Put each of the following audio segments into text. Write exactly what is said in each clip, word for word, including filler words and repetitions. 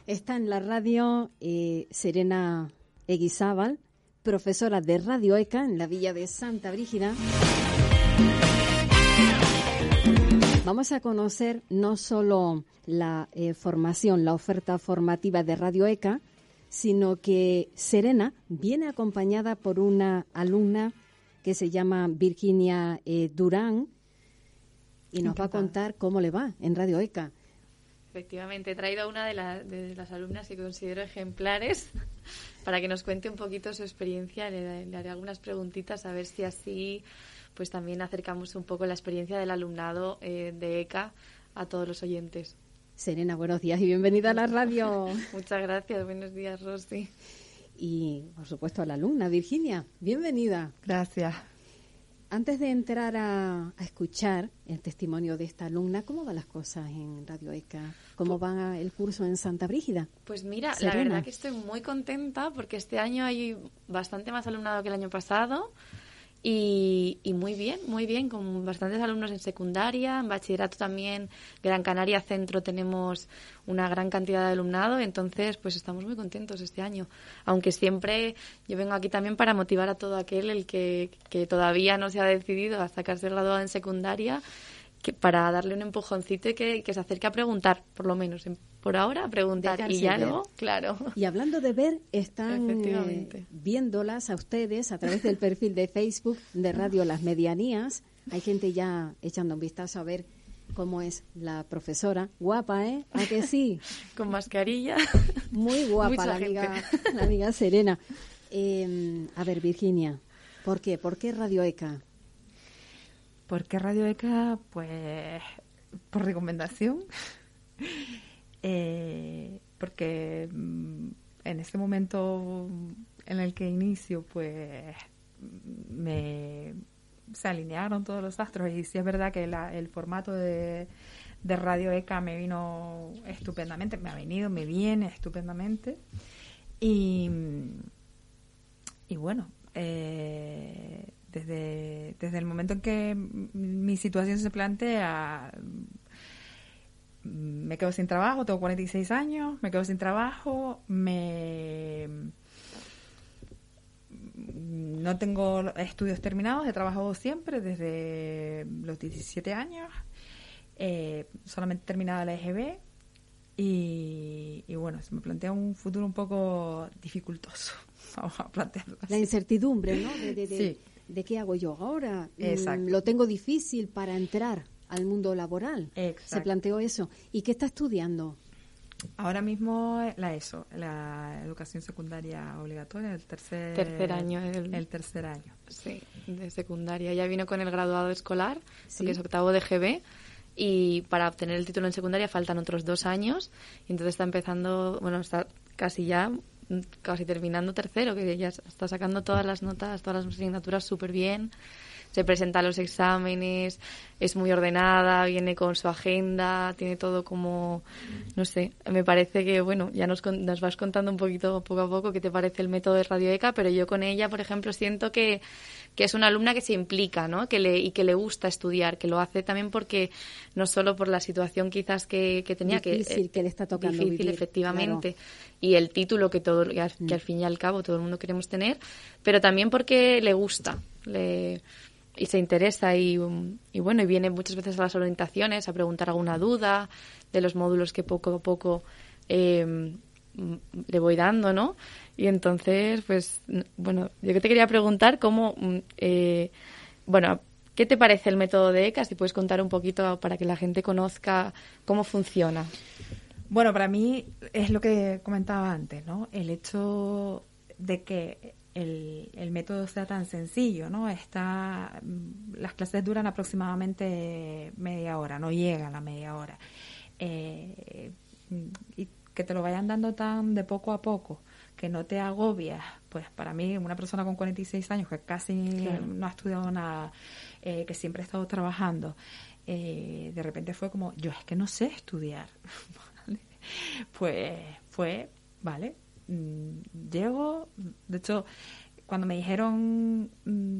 Está en la radio eh, Serena Eguizábal, profesora de Radio ECA en la villa de Santa Brígida. Vamos a conocer no solo la eh, formación, la oferta formativa de Radio ECA, sino que Serena viene acompañada por una alumna que se llama Virginia eh, Durán y nos va a contar cómo le va en Radio ECA. Efectivamente, he traído a una de, la, de las alumnas que considero ejemplares para que nos cuente un poquito su experiencia. Le, le haré algunas preguntitas a ver si así pues también acercamos un poco la experiencia del alumnado eh, de ECA a todos los oyentes. Serena, buenos días y bienvenida a la radio. Muchas gracias, buenos días, Rosy. Y, por supuesto, a la alumna, Virginia, bienvenida. Gracias. Antes de entrar a, a escuchar el testimonio de esta alumna, ¿cómo van las cosas en Radio ECA? ¿Cómo va el curso en Santa Brígida? Pues mira, Serena. La verdad que estoy muy contenta porque este año hay bastante más alumnado que el año pasado. Y, y muy bien, muy bien, con bastantes alumnos en secundaria, en bachillerato también, Gran Canaria Centro tenemos una gran cantidad de alumnado, entonces pues estamos muy contentos este año. Aunque siempre yo vengo aquí también para motivar a todo aquel el que, que todavía no se ha decidido a sacarse graduado en secundaria, que para darle un empujoncito y que, que se acerque a preguntar, por lo menos en, por ahora a preguntar. Dejarse y ya ver. luego, claro. Y hablando de ver, están eh, viéndolas a ustedes a través del perfil de Facebook de Radio Las Medianías. Hay gente ya echando un vistazo a ver cómo es la profesora. Guapa, ¿eh? ¿A que sí? Con mascarilla. Muy guapa Mucha la amiga, gente. la amiga Serena. Eh, a ver, Virginia, ¿por qué? ¿Por qué Radio ECA? ¿Por qué Radio ECA? Pues por recomendación. eh, porque mm, en este momento en el que inicio, pues me se alinearon todos los astros. Y sí es verdad que la, el formato de, de Radio ECA me vino estupendamente, me ha venido, me viene estupendamente. Y, y bueno, eh, Desde, desde el momento en que mi situación se plantea, me quedo sin trabajo, tengo cuarenta y seis años, me quedo sin trabajo, me no tengo estudios terminados, he trabajado siempre desde los diecisiete años, eh, solamente he terminado la E G B y, y bueno, se me plantea un futuro un poco dificultoso, vamos a plantearlo así. La incertidumbre, ¿no? De, de, de... Sí. ¿De qué hago yo ahora? Exacto. Lo tengo difícil para entrar al mundo laboral. Exacto. Se planteó eso. ¿Y qué está estudiando? Ahora mismo la ESO, la educación secundaria obligatoria, el tercer, tercer año. El, el tercer año. Sí, de secundaria. Ya vino con el graduado escolar, ¿Sí? que es octavo de G B. Y para obtener el título en secundaria faltan otros dos años. Y entonces está empezando, bueno, está casi ya... casi terminando tercero, que ella está sacando todas las notas, todas las asignaturas súper bien, se presenta a los exámenes, es muy ordenada, viene con su agenda, tiene todo como, no sé, me parece que, bueno, ya nos, nos vas contando un poquito, poco a poco, qué te parece el método de Radio ECA, pero yo con ella, por ejemplo, siento que, que es una alumna que se implica, ¿no? Que le, y que le gusta estudiar, que lo hace también porque, no solo por la situación quizás que, que tenía, difícil que, que le está tocando difícil, vivir, efectivamente, claro. Y el título que todo que al, que al fin y al cabo todo el mundo queremos tener, pero también porque le gusta, le y se interesa y, y bueno, y viene muchas veces a las orientaciones a preguntar alguna duda de los módulos que poco a poco eh, le voy dando, ¿no? Y entonces, pues, bueno, yo que te quería preguntar cómo, eh, bueno, ¿qué te parece el método de ECA? Si puedes contar un poquito para que la gente conozca cómo funciona. Bueno, para mí es lo que comentaba antes, ¿no? El hecho de que el, el método sea tan sencillo, ¿no? Está, las clases duran aproximadamente media hora, no llegan a la media hora. Eh, y que te lo vayan dando tan de poco a poco, que no te agobias, pues para mí, una persona con cuarenta y seis años que casi claro. no ha estudiado nada, eh, que siempre ha estado trabajando, eh, de repente fue como, yo es que no sé estudiar. Pues fue, vale, llego, de hecho, cuando me dijeron,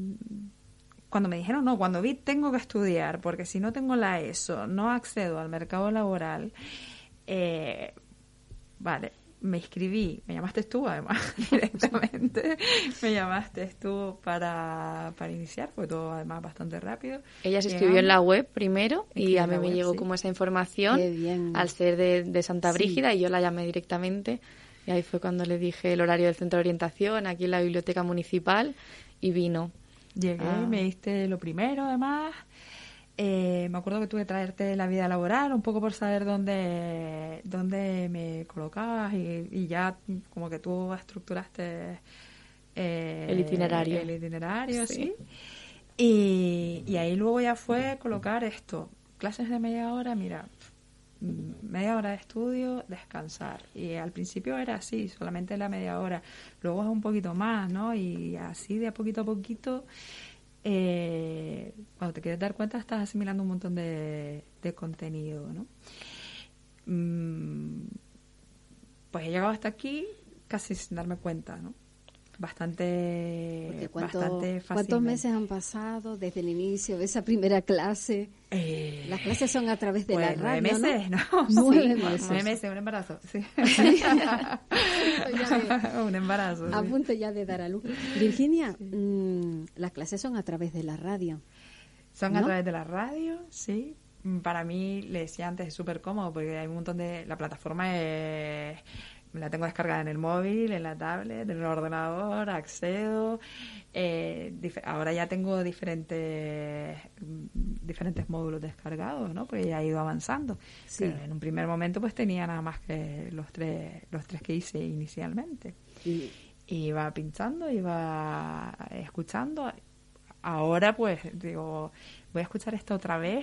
cuando me dijeron, no, cuando vi tengo que estudiar, porque si no tengo la ESO, no accedo al mercado laboral, eh, vale, me inscribí, me llamaste tú además directamente, me llamaste tú para, para iniciar, fue todo además bastante rápido. Ella se inscribió en la web primero y a mí me web, llegó sí. como esa información al ser de, de Santa Brígida, sí. Y yo la llamé directamente y ahí fue cuando le dije el horario del centro de orientación aquí en la biblioteca municipal y vino. Llegué, ah. me diste lo primero además. Eh, me acuerdo que tuve que traerte la vida laboral un poco por saber dónde dónde me colocabas y, y ya como que tú estructuraste eh, el itinerario el itinerario sí, sí. Y, y ahí luego ya fue colocar esto, clases de media hora, mira, media hora de estudio, descansar, y al principio era así, solamente la media hora, luego es un poquito más, ¿no? Y así de a poquito a poquito. Eh, cuando te quieres dar cuenta estás asimilando un montón de, de contenido, ¿no? Mm, pues he llegado hasta aquí casi sin darme cuenta, ¿no? Bastante, ¿cuánto, bastante fácil. ¿Cuántos meses han pasado desde el inicio de esa primera clase? Eh, Las clases son a través de pues, la radio, nueve meses, ¿no? ¿no? Nueve sí, meses. Nueve meses, un embarazo, sí. ¿Sí? un embarazo. A sí. punto ya de dar a luz. Virginia, sí. mmm, las clases son a través de la radio. Son ¿no? a través de la radio, sí. Para mí, le decía antes, es súper cómodo porque hay un montón de... La plataforma es... La tengo descargada en el móvil, en la tablet, en el ordenador, accedo. Eh, dif- ahora ya tengo diferentes diferentes módulos descargados, ¿no? Pues ya he ido avanzando. Sí. Pero en un primer momento pues tenía nada más que los tres los tres que hice inicialmente. Sí. Iba pinchando, iba escuchando. Ahora pues digo, voy a escuchar esto otra vez.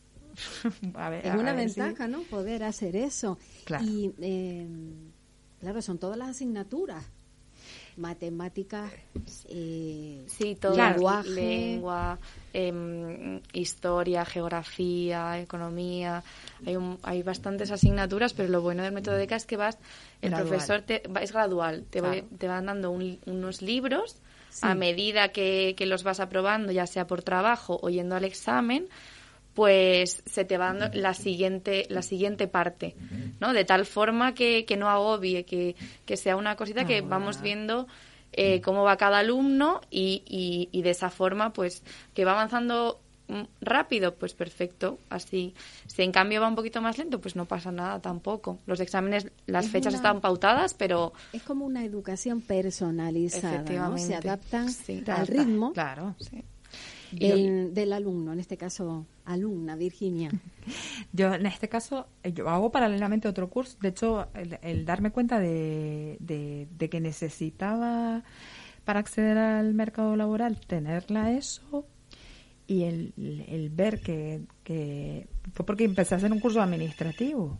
a ver, es una a ver ventaja, si... ¿no? Poder hacer eso. Claro. Y... Eh, Claro, son todas las asignaturas, matemáticas, eh, sí, todo, lenguaje, lengua, eh, historia, geografía, economía. Hay un, hay bastantes asignaturas, pero lo bueno del método D E C A es que vas, el gradual. profesor te, es gradual, te, claro. va, te van dando un, unos libros sí. a medida que, que los vas aprobando, ya sea por trabajo o yendo al examen. Pues se te va dando la siguiente la siguiente parte, ¿no? De tal forma que, que no agobie, que, que sea una cosita ah, que bueno. vamos viendo eh, cómo va cada alumno y, y, y de esa forma, pues, que va avanzando rápido, pues perfecto, así. Si en cambio va un poquito más lento, pues no pasa nada tampoco. Los exámenes, las es fechas una, están pautadas, pero... Es como una educación personalizada, ¿no? Se adaptan sí, al ritmo. Claro, sí. Del, del alumno, en este caso alumna, Virginia. Yo en este caso yo hago paralelamente otro curso. De hecho, el, el darme cuenta de, de, de que necesitaba para acceder al mercado laboral tenerla eso y el, el, el ver que, que fue porque empecé a hacer un curso administrativo.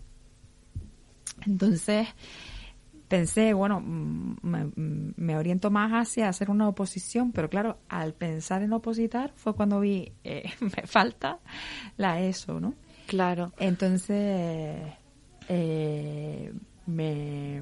Entonces pensé, bueno, me, me oriento más hacia hacer una oposición, pero claro, al pensar en opositar fue cuando vi, eh, me falta la ESO, ¿no? Claro. Entonces, eh, me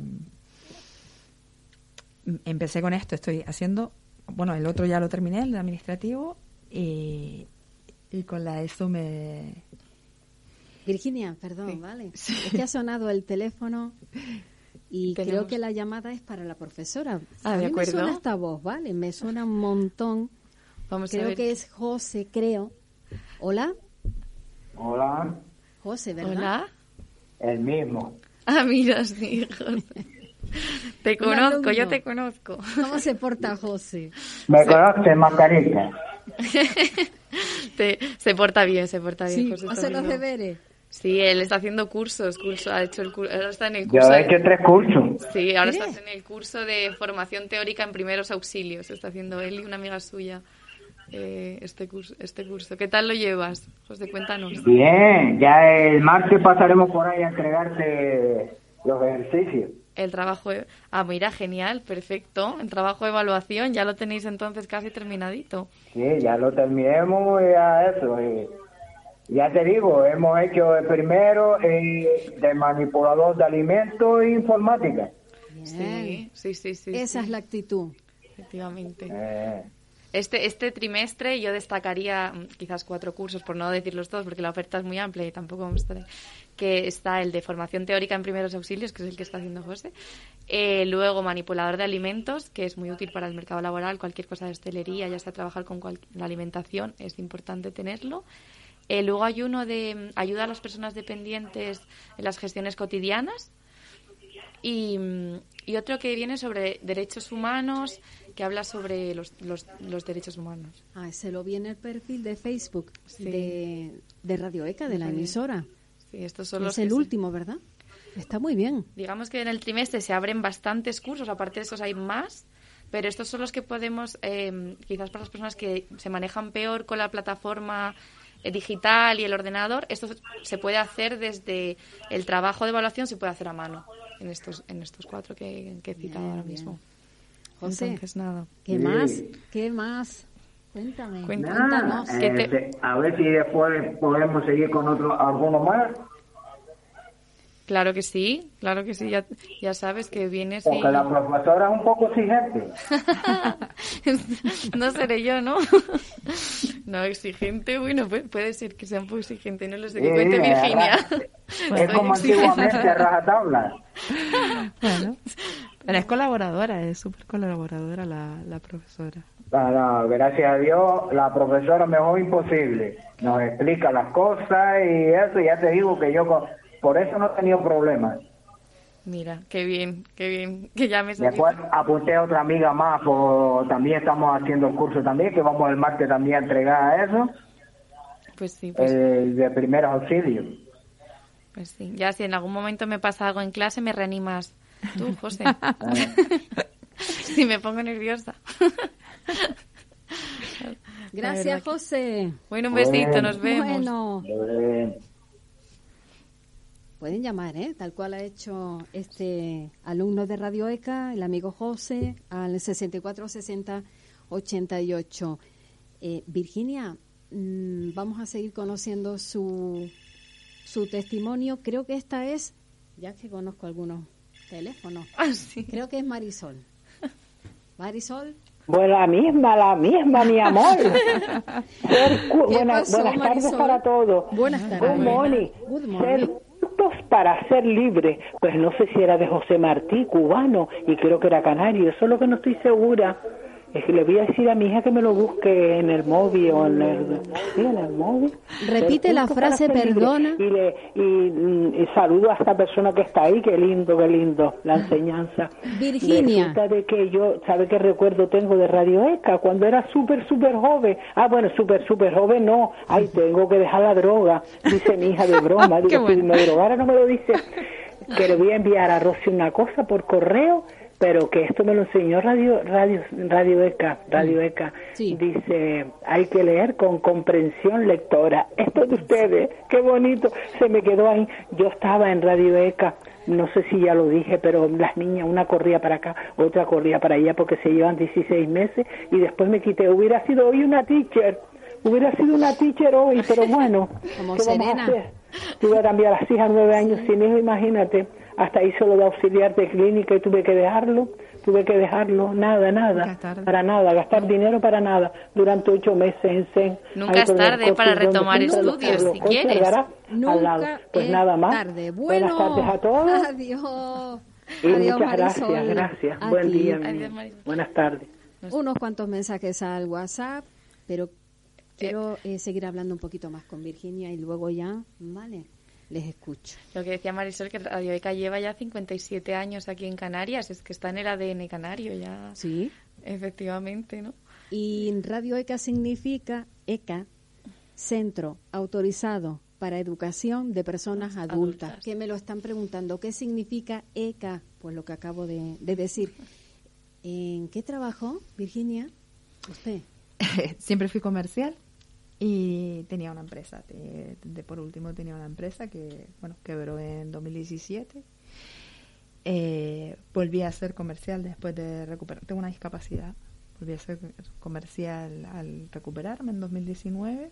empecé con esto, estoy haciendo, bueno, el otro ya lo terminé, el administrativo, y, y con la ESO me... Virginia, perdón, sí. ¿vale? Sí. Es que ha sonado el teléfono... Y Tenemos... creo que la llamada es para la profesora. Ah, a de mí acuerdo. me suena esta voz, ¿vale? Me suena un montón. Vamos creo a ver. que es José, creo. ¿Hola? Hola. José, ¿verdad? Hola. El mismo. Ah, mira, sí, José. Te conozco, yo te conozco. ¿Cómo se porta José? Me conoce, mascarita. te, se porta bien, se porta bien. Sí, José hace los deberes. Sí, él está haciendo cursos, curso, ha hecho el curso, ahora está en el curso. Yo he hecho de, tres cursos. Sí, ahora está en el curso de formación teórica en primeros auxilios. Está haciendo él y una amiga suya eh, este curso, este curso. ¿Qué tal lo llevas, José? Cuéntanos. Bien, ya el martes pasaremos por ahí a entregarte los ejercicios. El trabajo, ah, mira, genial, perfecto. El trabajo de evaluación ya lo tenéis entonces casi terminadito. Sí, ya lo terminemos y a eso. Eh. Ya te digo, hemos hecho el primero eh, de manipulador de alimentos e informática. Sí, sí, sí, sí. Esa sí. es la actitud. Efectivamente. Eh. Este, este trimestre yo destacaría quizás cuatro cursos, por no decirlos todos, porque la oferta es muy amplia y tampoco me gustaría, que está el de formación teórica en primeros auxilios, que es el que está haciendo José. Eh, luego, manipulador de alimentos, que es muy útil para el mercado laboral, cualquier cosa de hostelería, ya sea trabajar con cual, la alimentación, es importante tenerlo. Eh, luego hay uno de ayuda a las personas dependientes en las gestiones cotidianas. Y, y otro que viene sobre derechos humanos, que habla sobre los, los, los derechos humanos. Ah, se lo vi en el perfil de Facebook Sí. de, de Radio ECA, de la emisora. Sí, estos son Es los el que último, se... ¿verdad? Está muy bien. Digamos que en el trimestre se abren bastantes cursos, aparte de estos hay más, pero estos son los que podemos, eh, quizás para las personas que se manejan peor con la plataforma eh, digital y el ordenador, esto se puede hacer desde el trabajo de evaluación, se puede hacer a mano en estos en estos cuatro que, que he citado Bien, ahora bien. mismo. José, Entonces, nada. ¿qué Sí. más? ¿Qué más? Cuéntame. Cuéntame. Cuéntanos. Nada, ¿Qué te- este, a ver si después podemos seguir con otro, alguno más, Claro que sí, claro que sí, ya, ya sabes que vienes y... porque la profesora es un poco exigente. No seré yo, ¿no? No, exigente, bueno, puede, puede ser que sea un poco exigente, no lo sé, que Sí, cuente es Virginia. ra- Soy Es como exigente. antiguamente, rajatabla. Bueno, pero es colaboradora, es súper colaboradora la, la profesora. No, no, gracias a Dios, la profesora mejor imposible. Nos explica las cosas y eso, ya te digo que yo con- por eso no he tenido problemas. Mira, qué bien, qué bien, que ya me Después apunté a otra amiga más, por, también estamos haciendo el curso también, que vamos el martes también a entregar a eso, Pues sí, pues, el de primeros auxilios. pues sí. Ya si en algún momento me pasa algo en clase, me reanimas tú, José. Si me pongo nerviosa. La Gracias, verdad que- José. Bueno, un besito, Bueno. nos vemos. Bueno, Eh, pueden llamar, ¿eh? Tal cual ha hecho este alumno de Radio ECA, el amigo José, al sesenta y cuatro sesenta ochenta y ocho. Eh, Virginia, mmm, vamos a seguir conociendo su, su testimonio. Creo que esta es, ya que conozco algunos teléfonos, Ah, sí. creo que es Marisol. Marisol. Pues la misma, la misma, mi amor. Ser cu- ¿Qué buena- pasó, buenas tardes Marisol? para todos. Buenas tardes. Good morning. Good Ser morning. juntos para ser libres. Pues no sé si era de José Martí, cubano, y creo que era canario. Eso es lo que no estoy segura. Es que le voy a decir a mi hija que me lo busque en el móvil o en el, sí, en el móvil. Repite Ser la juntos para frase, ser libres. perdona. Y, le, y, mm, y saludo a esta persona que está ahí. Qué lindo, qué lindo la enseñanza. Virginia. Resulta de que yo, ¿sabe qué recuerdo tengo de Radio ECA? Cuando era súper, súper joven. Ah, bueno, súper, súper joven no. Ay, tengo que dejar la droga, dice mi hija de broma. Qué Digo, si bueno. me drogara no me lo dice. Que le voy a enviar a Rosy una cosa por correo, pero que esto me lo enseñó Radio Radio Radio ECA. Radio ECA Sí. dice, hay que leer con comprensión lectora. Esto de ustedes, qué bonito. Se me quedó ahí. Yo estaba en Radio ECA. No sé si ya lo dije, pero las niñas, una corría para acá, otra corría para allá, porque se llevan dieciséis meses, y después me quité. Hubiera sido hoy una teacher, hubiera sido una teacher hoy, pero bueno, Como ¿qué vamos a Serena. hacer? Tuve también a las hijas nueve años sin hijo, imagínate, hasta hizo lo de auxiliar de clínica y tuve que dejarlo, tuve que dejarlo, nada, nada, Gastar. para nada, gastar dinero para nada, durante ocho meses en Zen. Nunca ahí es por el tarde para coche, donde retomar siempre los- estudios, los si coches, quieres. ¿verdad? Nunca Al lado. Pues es nada más. tarde. Bueno, Buenas tardes a todos. Adiós. Y Adiós, muchas gracias, Marisol. gracias. A Buen ti. día, mi Adiós, niña. Marisol. Buenas tardes. Unos cuantos mensajes al WhatsApp, pero quiero eh, seguir hablando un poquito más con Virginia y luego ya, vale, les escucho. Lo que decía Marisol, que Radio ECA lleva ya cincuenta y siete años aquí en Canarias, es que está en el A D N canario ya, Sí. efectivamente, ¿no? Y Radio ECA significa ECA, Centro Autorizado para Educación de Personas Adultas. Adultas. Que me lo están preguntando, ¿qué significa ECA? Pues lo que acabo de, de decir. ¿En qué trabajó, Virginia? Usted. Siempre fui comercial y tenía una empresa. De, de- por último tenía una empresa que, bueno, quebró en dos mil diecisiete. Eh, volví a ser comercial después de recuperar. Tengo una discapacidad. Volví a ser comercial al recuperarme en dos mil diecinueve.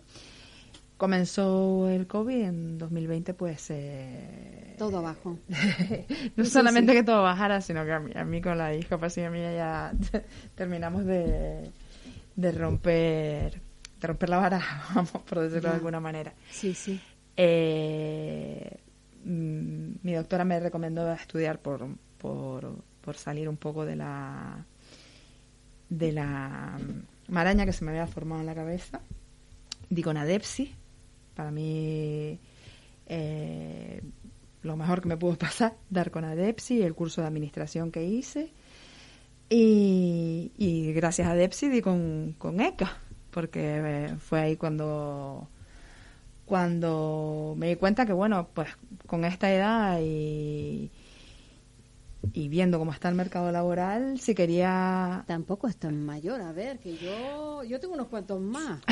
Comenzó el COVID en dos mil veinte, pues... Eh, Todo abajo. no Sí, solamente sí. que todo bajara, sino que a mí, a mí con la discapacidad mía ya terminamos de, de romper de romper la baraja, vamos, por decirlo Ya. de alguna manera. Sí, sí. Eh, mm, mi doctora me recomendó estudiar por, por, por salir un poco de la de la maraña que se me había formado en la cabeza. Di con adepsi. Para mí, eh, lo mejor que me pudo pasar, dar con adepsi, el curso de administración que hice. Y, y gracias a adepsi di con, con E C A, porque eh, fue ahí cuando cuando me di cuenta que, bueno, pues con esta edad y, y viendo cómo está el mercado laboral, si quería... Tampoco es tan mayor, a ver, que yo yo tengo unos cuantos más.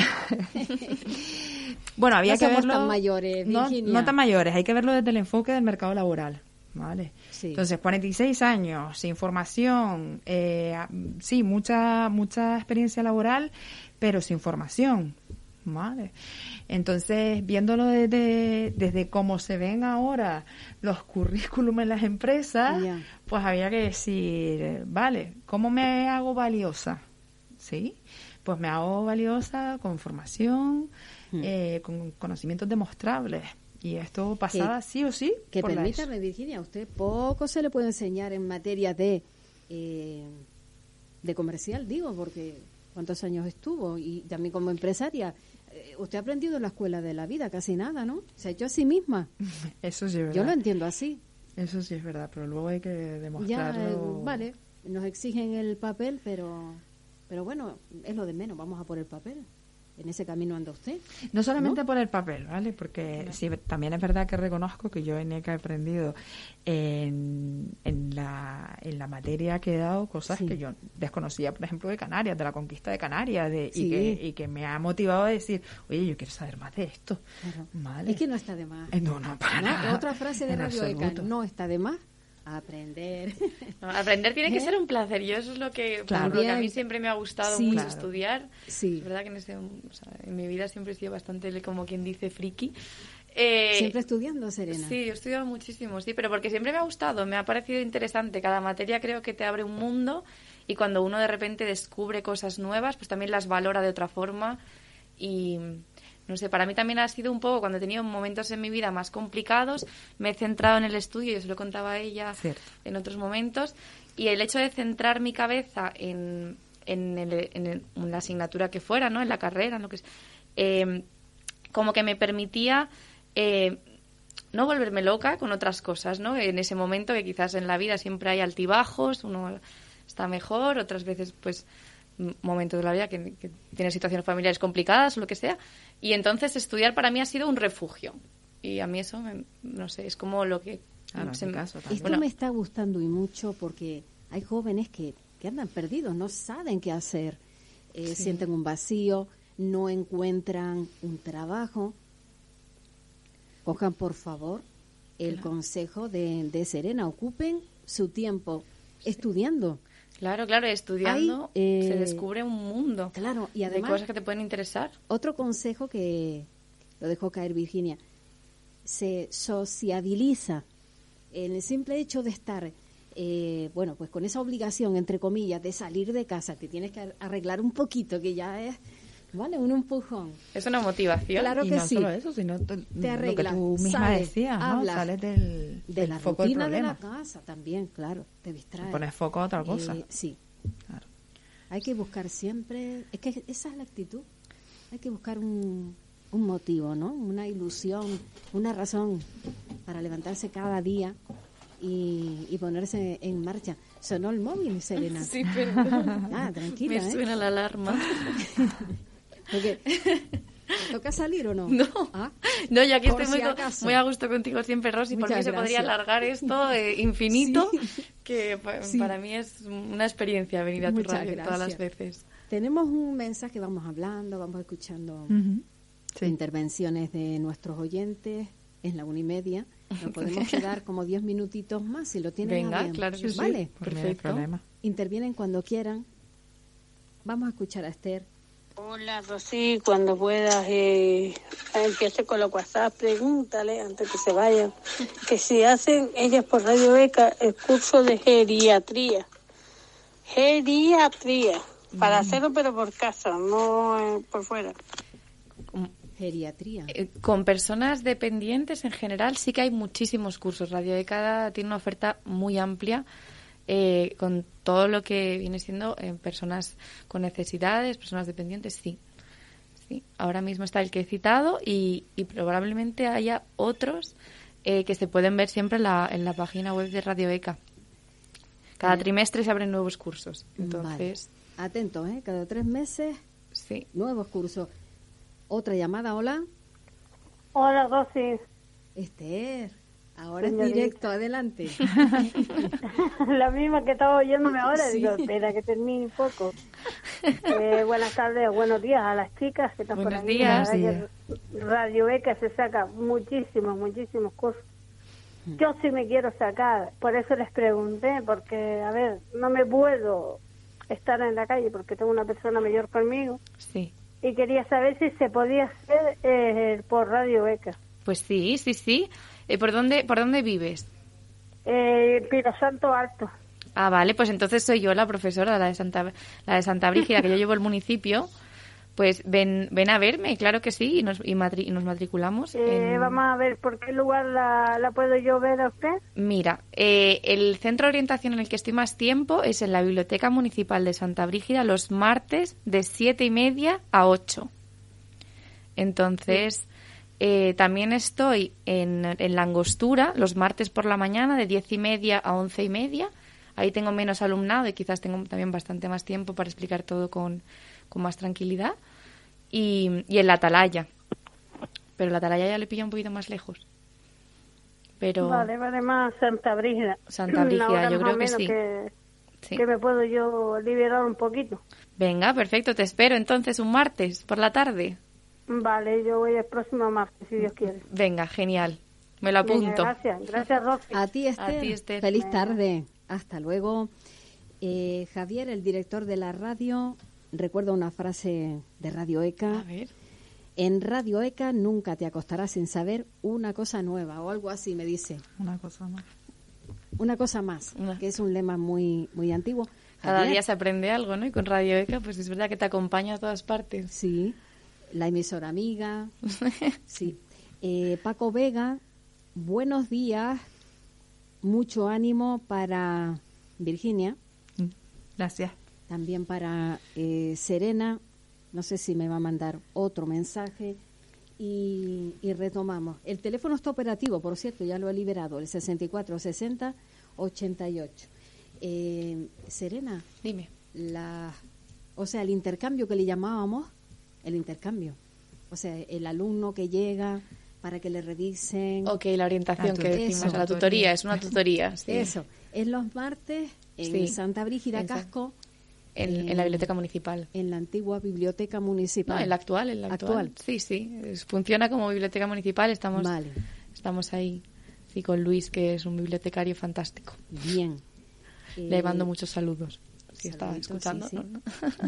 Bueno, había No que somos verlo... tan mayores, no, Virginia. no tan mayores, hay que verlo desde el enfoque del mercado laboral, ¿vale? Sí. Entonces, cuarenta y seis años, sin formación, eh, sí, mucha mucha experiencia laboral, pero sin formación, ¿vale? Entonces, viéndolo desde, desde cómo se ven ahora los currículum en las empresas, Ya. pues había que decir, vale, ¿cómo me hago valiosa? ¿Sí? Pues me hago valiosa con formación, Hmm. eh, con conocimientos demostrables. Y esto pasaba sí o sí Que por la ESO. permítame, Virginia, a usted poco se le puede enseñar en materia de eh, de comercial, digo, porque cuántos años estuvo y también como empresaria. Eh, usted ha aprendido en la escuela de la vida casi nada, ¿no? Se ha hecho a sí misma. Eso sí es verdad. Yo lo entiendo así. Eso sí es verdad, pero luego hay que Ya, demostrarlo. eh, vale, nos exigen el papel, pero pero bueno, es lo de menos, vamos a por el papel. En ese camino anda usted. No solamente ¿no? por el papel, ¿vale? Porque sí, también es verdad que reconozco que yo en E C A he aprendido en, en, la, en la materia que he dado cosas Sí. que yo desconocía, por ejemplo, de Canarias, de la conquista de Canarias, de, Sí. y, que, y que me ha motivado a decir, oye, yo quiero saber más de esto. Claro. ¿Vale? Es que no está de más. Eh, No, no, para ¿No? nada. Otra frase de En Radio E C A, absoluto. no está de más aprender. No, aprender tiene que ser un placer y eso es lo que, Claro. por lo que a mí Bien. siempre me ha gustado Sí. mucho Claro. estudiar. Sí. Es verdad que en, ese, o sea, en mi vida siempre he sido bastante, como quien dice, friki. Eh, Siempre estudiando, Serena. Sí, yo he estudiado muchísimo, sí, pero porque siempre me ha gustado, me ha parecido interesante. Cada materia creo que te abre un mundo y cuando uno de repente descubre cosas nuevas, pues también las valora de otra forma y... No sé, para mí también ha sido un poco, cuando he tenido momentos en mi vida más complicados, me he centrado en el estudio, yo se lo contaba a ella Cierto. en otros momentos, y el hecho de centrar mi cabeza en, en, el- en el- en la asignatura que fuera, ¿no? En la carrera, en lo que es, eh, como que me permitía eh, no volverme loca con otras cosas, ¿no? En ese momento que quizás en la vida siempre hay altibajos, uno está mejor, otras veces pues m- momentos de la vida que, que tiene situaciones familiares complicadas o lo que sea, y entonces estudiar para mí ha sido un refugio y a mí eso, me- no sé, es como lo que Claro, en se mi me- caso también. Esto Bueno, me está gustando y mucho porque hay jóvenes que, que andan perdidos, no saben qué hacer, eh, sienten un vacío, no encuentran un trabajo. Cojan, por favor, el Claro. consejo de, de Serena, ocupen su tiempo estudiando. Claro, claro, estudiando Hay, eh, se descubre un mundo Claro, y de además cosas que te pueden interesar. otro consejo que lo dejó caer Virginia, se sociabiliza. En el simple hecho de estar, eh, bueno, pues con esa obligación, entre comillas, de salir de casa, te tienes que arreglar un poquito, que ya es, ¿vale? Un empujón. Es una motivación. Claro y que no sí. solo eso, sino t- lo que arreglas, tú misma sales, decías, ¿no? hablas Sales del, De del la foco del rutina de problema. la casa también, claro, te distrae. Pones foco a otra cosa. Eh, sí, Claro. hay que buscar siempre, es que esa es la actitud, hay que buscar un, un motivo, ¿no? Una ilusión, una razón para levantarse cada día y, y ponerse en marcha. Sonó el móvil, Serena. Sí, perdón. Ah, tranquila, Me ¿eh? suena la alarma. Porque, ¿te toca salir o no? No. Ah, No, ya que Por estoy si muy, co- acaso. muy a gusto contigo siempre, Rosy. Por Muchas mí se podría gracias. alargar esto eh, infinito, Sí. que pa- Sí. para mí es una experiencia venir a tu Muchas radio todas las gracias. veces. tenemos un mensaje, vamos hablando, vamos escuchando Ujú. Sí. intervenciones de nuestros oyentes. Es la una y media. Nos podemos quedar como diez minutitos más si lo tienen a Venga, bien. claro que sí. Vale. Por mí no hay Perfecto. problema. Intervienen cuando quieran. Vamos a escuchar a Esther. Hola, Rosy, cuando puedas, eh, empiece con los WhatsApp, pregúntale antes que se vayan, que si hacen ellas por Radio E C A el curso de geriatría. Geriatría. para Mm. hacerlo, pero por casa, no eh, por fuera. Geriatría. Eh, Con personas dependientes en general sí que hay muchísimos cursos. Radio ECA tiene una oferta muy amplia eh, con todo lo que viene siendo eh, personas con necesidades, personas dependientes, sí. sí. Ahora mismo está el que he citado y, y probablemente haya otros eh, que se pueden ver siempre en la, en la página web de Radio ECA. Cada Bien. trimestre se abren nuevos cursos. Entonces, Vale. Atento, ¿eh? Cada tres meses, sí. nuevos cursos. Otra llamada, hola. Hola, Rosy. Esther, ahora es Señorita. directo, adelante. La misma que estaba oyéndome ahora, Sí. digo, espera que termine un poco. Eh, buenas tardes, buenos días a las chicas que están por Buenos aquí. días. La verdad que Radio ECA se saca muchísimos, muchísimos cursos. Yo sí me quiero sacar, por eso les pregunté, porque, a ver, no me puedo estar en la calle porque tengo una persona mayor conmigo Sí. y quería saber si se podía hacer eh, por Radio ECA. Pues sí, sí, sí. Eh, ¿por dónde, por dónde vives? Eh, Pino Santo Alto. Ah, vale, pues entonces soy yo la profesora, la de Santa, la de Santa Brígida, que yo llevo el municipio. Pues ven, ven a verme, claro que sí, y nos, y matri- y nos matriculamos. Eh, en- Vamos a ver por qué lugar la, la puedo yo ver a usted. Mira, eh, el centro de orientación en el que estoy más tiempo es en la Biblioteca Municipal de Santa Brígida los martes de siete y media a ocho. Entonces, eh, también estoy en, en La Angostura los martes por la mañana de diez y media a once y media. Ahí tengo menos alumnado y quizás tengo también bastante más tiempo para explicar todo con, con más tranquilidad. Y, y en la Atalaya. Pero la Atalaya ya le pilla un poquito más lejos. Pero Vale, vale, más Santa Brígida. Santa Brígida, Ahora yo más creo o que menos sí. Que, sí. que me puedo yo liberar un poquito. Venga, perfecto, te espero entonces un martes por la tarde. Vale, yo voy el próximo martes, si Dios quiere. Venga, genial. Me lo Venga, apunto. gracias, gracias, Rosy. A ti, Esther. A ti, Esther. Feliz Venga. tarde. Hasta luego. Eh, Javier, el director de la radio, recuerda una frase de Radio ECA. A ver. En Radio ECA nunca te acostarás sin saber una cosa nueva o algo así, me dice. Una cosa más. Una cosa más, Una- que es un lema muy muy antiguo. Cada Javier, día se aprende algo, ¿no? Y con Radio ECA, pues es verdad que te acompaña a todas partes. Sí, la emisora amiga. Sí. Eh, Paco Vega, buenos días. Mucho ánimo para Virginia, Gracias. también para eh, Serena. No sé si me va a mandar otro mensaje. Y, y retomamos. El teléfono está operativo, por cierto, ya lo he liberado, el sesenta y cuatro sesenta ochenta y ocho. Eh, Serena, Dime. la, o sea, el intercambio que le llamábamos, el intercambio. O sea, el alumno que llega para que le revisen. Ok, la orientación La que tu- decimos, eso. la tutoría, es una tutoría. Sí. Eso, es los martes en Sí. Santa Brígida En Sa- Casco, En, en la biblioteca municipal. en la antigua biblioteca No, municipal. en la actual, en la actual. Sí, sí. es- funciona como biblioteca municipal. Estamos, Vale, estamos ahí. Sí, con Luis, que es un bibliotecario fantástico. bien. Le Eh, mando muchos saludos. Si estaba saluditos, escuchando, sí, sí. ¿no?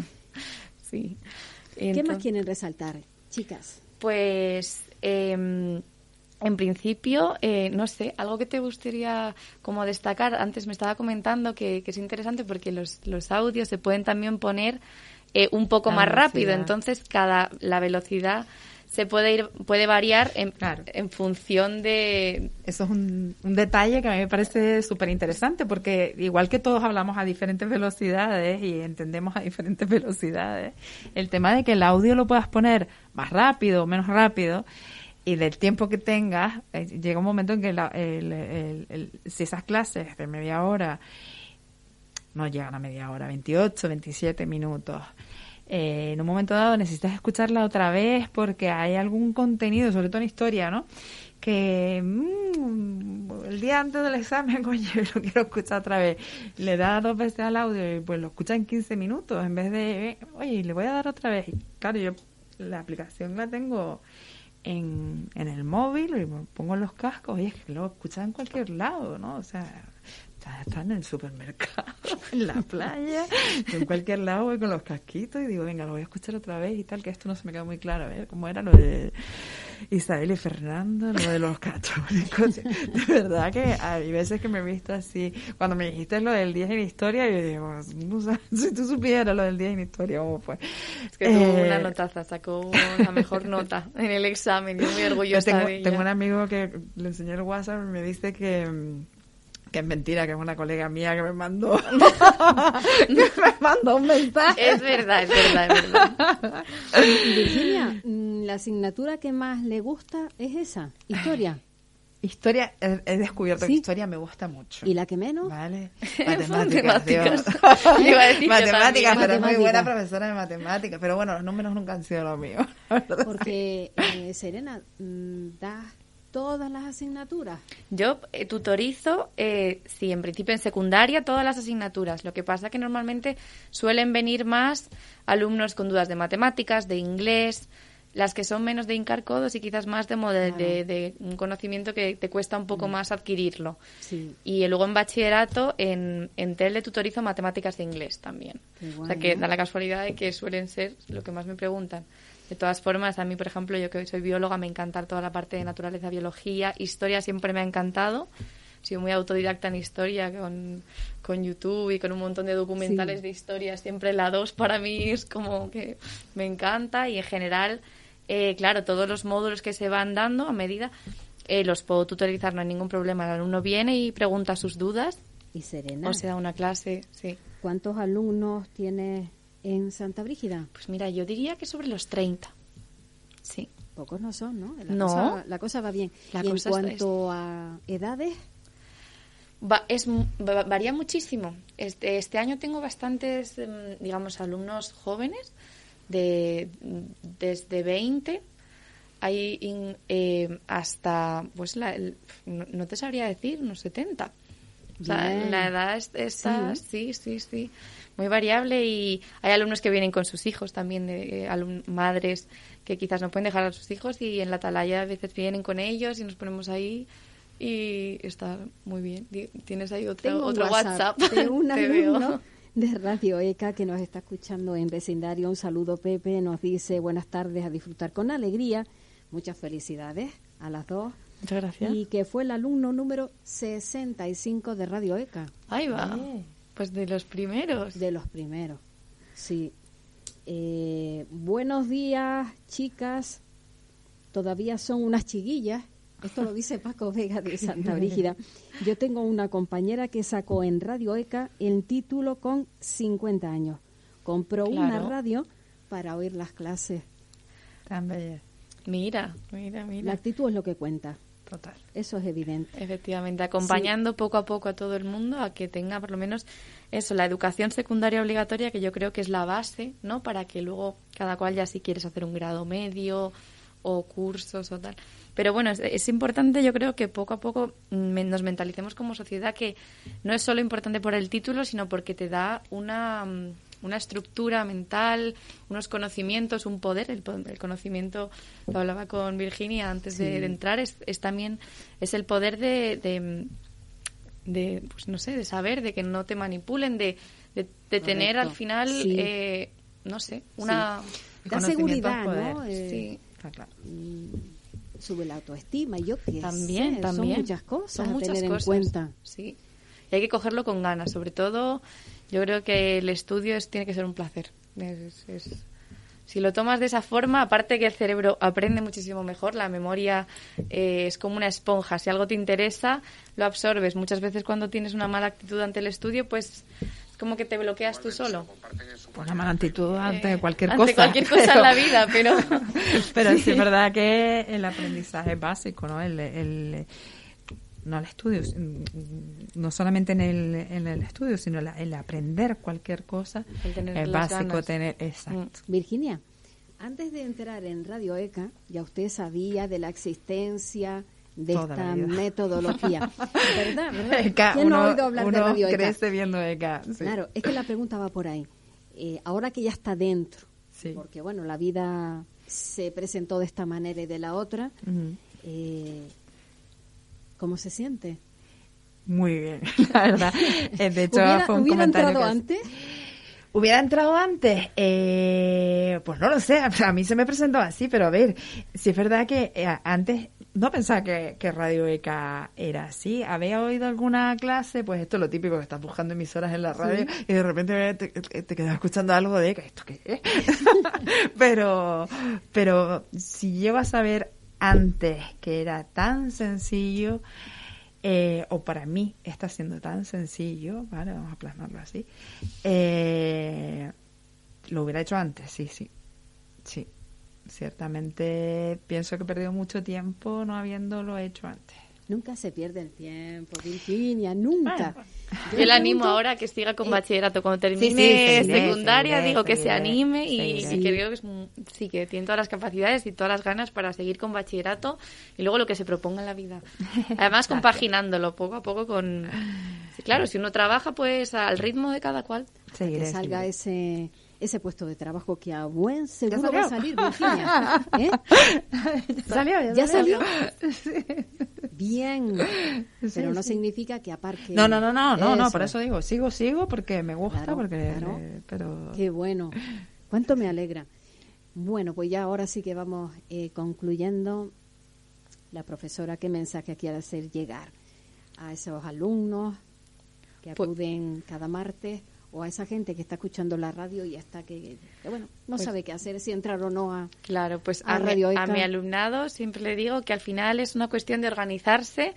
Sí. ¿Qué Entonces, más quieren resaltar, chicas? Pues, eh, en principio, eh, no sé, algo que te gustaría como destacar. Antes me estaba comentando que, que es interesante porque los, los audios se pueden también poner eh, un poco La más rápido. velocidad. Entonces, cada la velocidad se puede ir puede variar en, Claro. en función de... Eso es un, un detalle que a mí me parece súper interesante porque igual que todos hablamos a diferentes velocidades y entendemos a diferentes velocidades, el tema de que el audio lo puedas poner más rápido o menos rápido y del tiempo que tengas, eh, llega un momento en que la- el- el- el- si esas clases de media hora no llegan a media hora, veintiocho, veintisiete minutos. Eh, en un momento dado necesitas escucharla otra vez porque hay algún contenido, sobre todo en historia, ¿no? Que mm, el día antes del examen, coño, lo quiero escuchar otra vez. Le da dos veces al audio y pues lo escucha en quince minutos en vez de, eh, oye, le voy a dar otra vez. Y claro, yo la aplicación la tengo en, en el móvil y me pongo los cascos y es que lo escuchas en cualquier lado, ¿no? O sea, está, está en el supermercado, en la playa, en cualquier lado voy con los casquitos y digo, venga, lo voy a escuchar otra vez y tal, que esto no se me queda muy claro, a ver cómo era lo de... Isabel y Fernando, lo de los católicos. De verdad que hay veces que me he visto así. Cuando me dijiste lo del día en historia, yo digo, no sabes, si tú supieras lo del día en historia, ¿cómo fue? Es que tuvo Eh, una notaza, sacó la mejor nota en el examen, y muy orgullosa tengo, de ella. tengo un amigo que le enseñé el WhatsApp y me dice que... que es mentira, que es una colega mía que me mandó que me mandó un mensaje. Es verdad, es verdad, es verdad. Virginia, la asignatura que más le gusta es esa, historia. Historia, he, he descubierto ¿Sí? que historia me gusta mucho. ¿Y la que menos? Vale. Matemáticas. Dios. Iba a decir yo Matemáticas, también. pero es muy Matemáticas. buena profesora de matemáticas. Pero bueno, los números nunca han sido lo mío. la verdad. Porque, eh, Serena, mm, ¿das todas las asignaturas? Yo eh, tutorizo, eh, sí, en principio en secundaria, todas las asignaturas. Lo que pasa que normalmente suelen venir más alumnos con dudas de matemáticas, de inglés, las que son menos de hincar codos y quizás más de, mode- Claro. de, de un conocimiento que te cuesta un poco más adquirirlo. Sí. Y luego en bachillerato, en, en T E L de tutorizo matemáticas de inglés también. Qué O sea guay, que ¿no? da la casualidad de que suelen ser lo que más me preguntan. De todas formas, a mí, por ejemplo, yo que soy bióloga, me encanta toda la parte de naturaleza, biología, historia siempre me ha encantado. He sido muy autodidacta en historia con, con YouTube y con un montón de documentales Sí. de historia. Siempre la dos para mí es como que me encanta y en general, eh, claro, todos los módulos que se van dando a medida eh, los puedo tutorizar, no hay ningún problema. El alumno viene y pregunta sus dudas Y Serena, o se da una clase, sí. ¿cuántos alumnos tienes en Santa Brígida? Pues mira, yo diría que sobre los treinta. Sí. Pocos no son, ¿no? La, No. cosa, la cosa va bien. La y cosa en está- cuanto a edades, Va, es, mu- va- varía muchísimo. Este, este año tengo bastantes, em, digamos, alumnos jóvenes, de desde veinte hay in- eh, hasta, pues, la, el- no, no te sabría decir, unos setenta. O sea, Bien. la edad es- está, Sí. sí, sí, sí, muy variable y hay alumnos que vienen con sus hijos también, de, eh, alum- madres que quizás no pueden dejar a sus hijos y en la atalaya a veces vienen con ellos y nos ponemos ahí y está muy bien. Di- Tienes ahí otro, tengo un otro WhatsApp, WhatsApp. de un Te veo. alumno de Radio ECA que nos está escuchando en vecindario. Un saludo, Pepe. Nos dice buenas tardes, a disfrutar con alegría. Muchas felicidades a las dos. Muchas gracias. Y que fue el alumno número sesenta y cinco de Radio ECA. Ahí va. Eh. Pues de los primeros. De los primeros, sí. Eh, buenos días, chicas. Todavía son unas chiquillas. Esto lo dice Paco Vega de Santa Brígida. Yo tengo una compañera que sacó en Radio ECA el título con cincuenta años. Compró una Claro. radio para oír las clases. Tan bella. Mira, mira, La mira. actitud es lo que cuenta. Total. Eso es evidente. Efectivamente, acompañando poco a poco a todo el mundo a que tenga por lo menos eso, la educación secundaria obligatoria, que yo creo que es la base, ¿no? Para que luego cada cual ya si quieres hacer un grado medio o cursos o tal. Pero bueno, es, es importante, yo creo que poco a poco me- nos mentalicemos como sociedad que no es solo importante por el título, sino porque te da una, mm, una estructura mental, unos conocimientos, un poder. El, po- el conocimiento, lo hablaba con Virginia antes de, Sí. de entrar, es, es también es el poder de, de, de, pues no sé, de saber, de que no te manipulen, de, de, de tener al Correcto. final, Sí. eh, no sé, una... El Da conocimiento es seguridad, poder. ¿no? Eh, Sí. Está claro. mm, sube la autoestima. Yo qué También, sé, también. Son muchas cosas Son a muchas tener cosas. en cuenta. Sí. Y hay que cogerlo con ganas. Sobre todo, yo creo que el estudio es, tiene que ser un placer. Es- es- si lo tomas de esa forma, aparte que el cerebro aprende muchísimo mejor, la memoria eh, es como una esponja. Si algo te interesa, lo absorbes. Muchas veces cuando tienes una mala actitud ante el estudio, pues es como que te bloqueas tú solo. Pues la mala actitud ante Eh, cualquier ante cosa. cualquier cosa en la vida, pero... Pero sí es verdad que el aprendizaje es básico, ¿no? El, el, no el estudio, no solamente en el, en el estudio, sino la- el aprender cualquier cosa El tener es las básico ganas. tener, exacto. Virginia, antes de entrar en Radio ECA, ya usted sabía de la existencia de Toda la esta vida. metodología. ¿Verdad? ¿verdad? Eka, ¿Quién no uno, ha oído hablar de uno Radio ECA? crece viendo ECA. Sí. Claro, es que la pregunta va por ahí. Eh, ahora que ya está dentro, Sí. porque bueno, la vida se presentó de esta manera y de la otra, Ujú. eh, ¿cómo se siente? Muy bien, la verdad. Eh, De hecho, ¿Hubiera, fue un hubiera comentario entrado que- antes? ¿Hubiera entrado antes? Eh, pues no lo sé, a mí se me presentó así, pero a ver, si es verdad que eh, antes no pensaba que, que Radio ECA era así. Había oído alguna clase, pues esto es lo típico, que estás buscando emisoras en la radio, ¿sí? Y de repente te, te, te quedas escuchando algo de ECA, ¿esto qué es? pero, pero si llego a saber antes que era tan sencillo... Eh, o para mí está siendo tan sencillo, ¿vale? Vamos a plasmarlo así. Eh, lo hubiera hecho antes, sí, sí. Sí. Ciertamente pienso que he perdido mucho tiempo no habiéndolo hecho antes. Nunca se pierde el tiempo, Virginia, nunca. Bueno, yo, yo le animo ahora que siga con eh, bachillerato. Cuando termine sí, sí, seguiré, secundaria, seguiré, digo que seguiré, se anime y, y que creo que es, sí, que tiene todas las capacidades y todas las ganas para seguir con bachillerato y luego lo que se proponga en la vida. Además, compaginándolo poco a poco con... Sí, claro, si uno trabaja, pues al ritmo de cada cual. Seguiré, que salga seguiré. ese... ese puesto de trabajo que a buen seguro va a salir, Virginia. ¿Eh? ¿Salió? ¿Ya, ¿Ya salió? salió? Sí. Bien. Sí, pero no sí. significa que aparte... No, no, no, no, no, no, por eso digo, sigo, sigo, porque me gusta, claro, porque... Claro. Eh, pero... Qué bueno. Cuánto me alegra. Bueno, pues ya ahora sí que vamos eh, concluyendo. La profesora, ¿qué mensaje quiere hacer llegar a esos alumnos que acuden pues, cada martes, o a esa gente que está escuchando la radio y hasta que, que bueno, no pues, sabe qué hacer, si entrar o no a Claro, pues a, a, Radio mi, ECA. A mi alumnado siempre le digo que al final es una cuestión de organizarse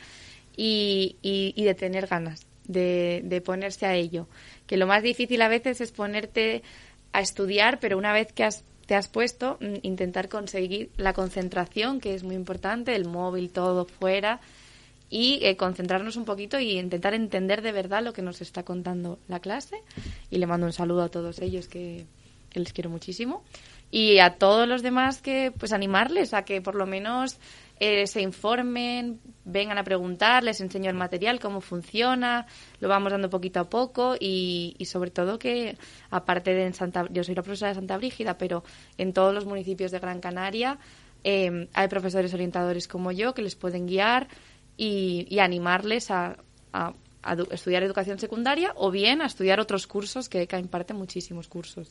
y, y, y de tener ganas, de, de ponerse a ello. Que lo más difícil a veces es ponerte a estudiar, pero una vez que has, te has puesto, intentar conseguir la concentración, que es muy importante, el móvil, todo fuera, y eh, concentrarnos un poquito y intentar entender de verdad lo que nos está contando la clase. Y le mando un saludo a todos ellos que, que les quiero muchísimo, y a todos los demás que pues animarles a que por lo menos eh, se informen, vengan a preguntar, les enseño el material, cómo funciona, lo vamos dando poquito a poco y, y sobre todo que aparte de en Santa, yo soy la profesora de Santa Brígida, pero en todos los municipios de Gran Canaria eh, hay profesores orientadores como yo que les pueden guiar Y, y animarles a, a, a estudiar educación secundaria o bien a estudiar otros cursos, que ECA imparte muchísimos cursos.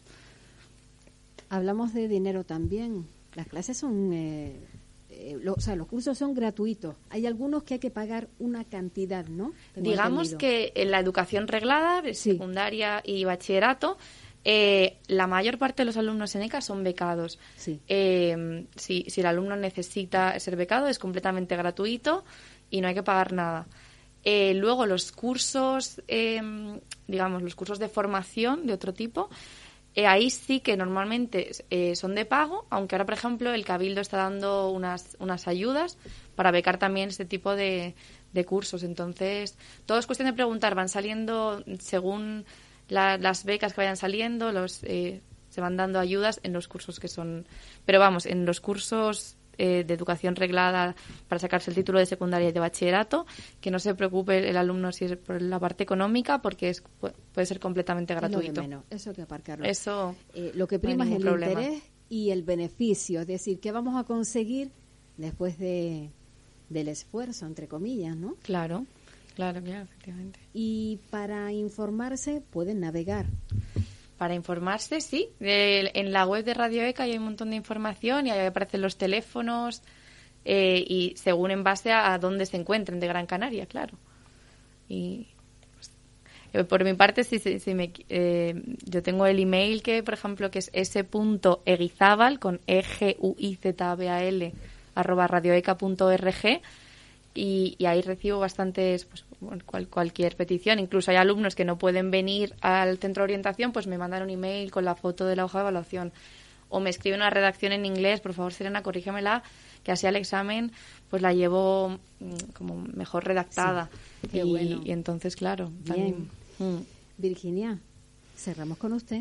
Hablamos de dinero también. Las clases son, eh, eh, lo, o sea, los cursos son gratuitos. Hay algunos que hay que pagar una cantidad, ¿no? Tengo Digamos entendido. que en la educación reglada, de sí. secundaria y bachillerato, eh, la mayor parte de los alumnos en ECA son becados. Sí. Eh, si, si el alumno necesita ser becado, es completamente gratuito y no hay que pagar nada. Eh, luego los cursos, eh, digamos, los cursos de formación de otro tipo, eh, ahí sí que normalmente eh, son de pago, aunque ahora, por ejemplo, el Cabildo está dando unas, unas ayudas para becar también este tipo de, de cursos. Entonces, todo es cuestión de preguntar, van saliendo según la, las becas que vayan saliendo, los eh, se van dando ayudas en los cursos que son... Pero vamos, en los cursos... Eh, de educación reglada para sacarse el título de secundaria y de bachillerato, que no se preocupe el alumno si es por la parte económica, porque es puede ser completamente gratuito. Es lo de menos, eso hay que aparcarlo. Eso, eh, lo que prima no es el problema. Interés y el beneficio, es decir, ¿qué vamos a conseguir después de del esfuerzo, entre comillas, ¿no? Claro, claro, claro, efectivamente. Y para informarse pueden navegar. Para informarse, sí. De, en la web de Radio ECA hay un montón de información y ahí aparecen los teléfonos eh, y según en base a, a dónde se encuentren de Gran Canaria, claro. Y pues, eh, por mi parte, sí, sí, sí me, eh, yo tengo el email que, por ejemplo, que es s.eguizabal con e g u i z a b a l arroba radioeca punto org. Y, y ahí recibo bastantes, pues cual, cualquier petición. Incluso hay alumnos que no pueden venir al centro de orientación, pues me mandan un email con la foto de la hoja de evaluación. O me escriben una redacción en inglés, por favor, Serena, corrígemela, que así al examen pues la llevo como mejor redactada. Sí, qué y, bueno. y entonces, claro, bien. También, mm. Virginia, cerramos con usted.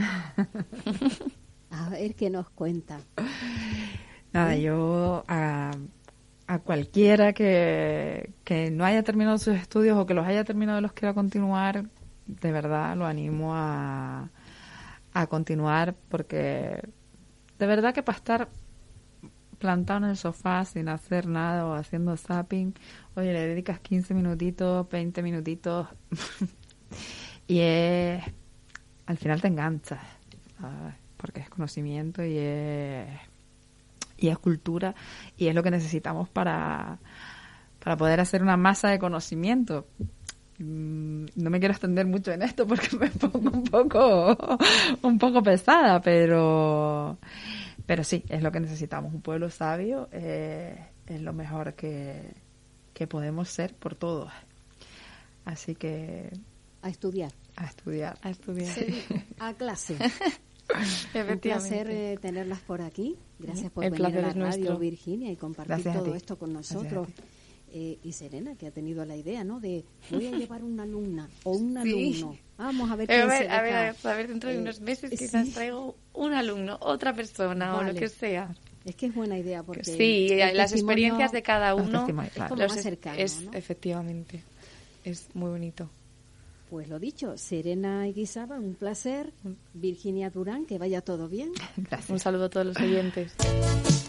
A ver qué nos cuenta. Nada, yo... Uh... a cualquiera que, que no haya terminado sus estudios o que los haya terminado y los quiera continuar, de verdad lo animo a, a continuar, porque de verdad que para estar plantado en el sofá sin hacer nada o haciendo zapping, oye, le dedicas quince minutitos, veinte minutitos y es, al final te enganchas, ¿sabes? Porque es conocimiento y es, y es cultura, y es lo que necesitamos para, para poder hacer una masa de conocimiento. No me quiero extender mucho en esto porque me pongo un poco un poco pesada, pero pero sí, es lo que necesitamos. Un pueblo sabio eh, es lo mejor que, que podemos ser por todos. Así que a estudiar, a estudiar, a estudiar, sí, a clase. Un placer eh, tenerlas por aquí. Gracias por El venir a la radio, nuestro. Virginia, y compartir Gracias todo esto con nosotros. Eh, y Serena, que ha tenido la idea, ¿no? De voy a llevar una alumna o un sí. alumno. Vamos a ver quién a ver, se a ver, a ver, a ver, dentro de unos meses eh, quizás sí. traigo un alumno, otra persona vale. o lo que sea. Es que es buena idea porque sí, las experiencias de cada uno es como más cercano, es, ¿no? Efectivamente, es muy bonito. Pues lo dicho, Serena Eguizaba, un placer. Virginia Durán, que vaya todo bien. Gracias. Un saludo a todos los oyentes.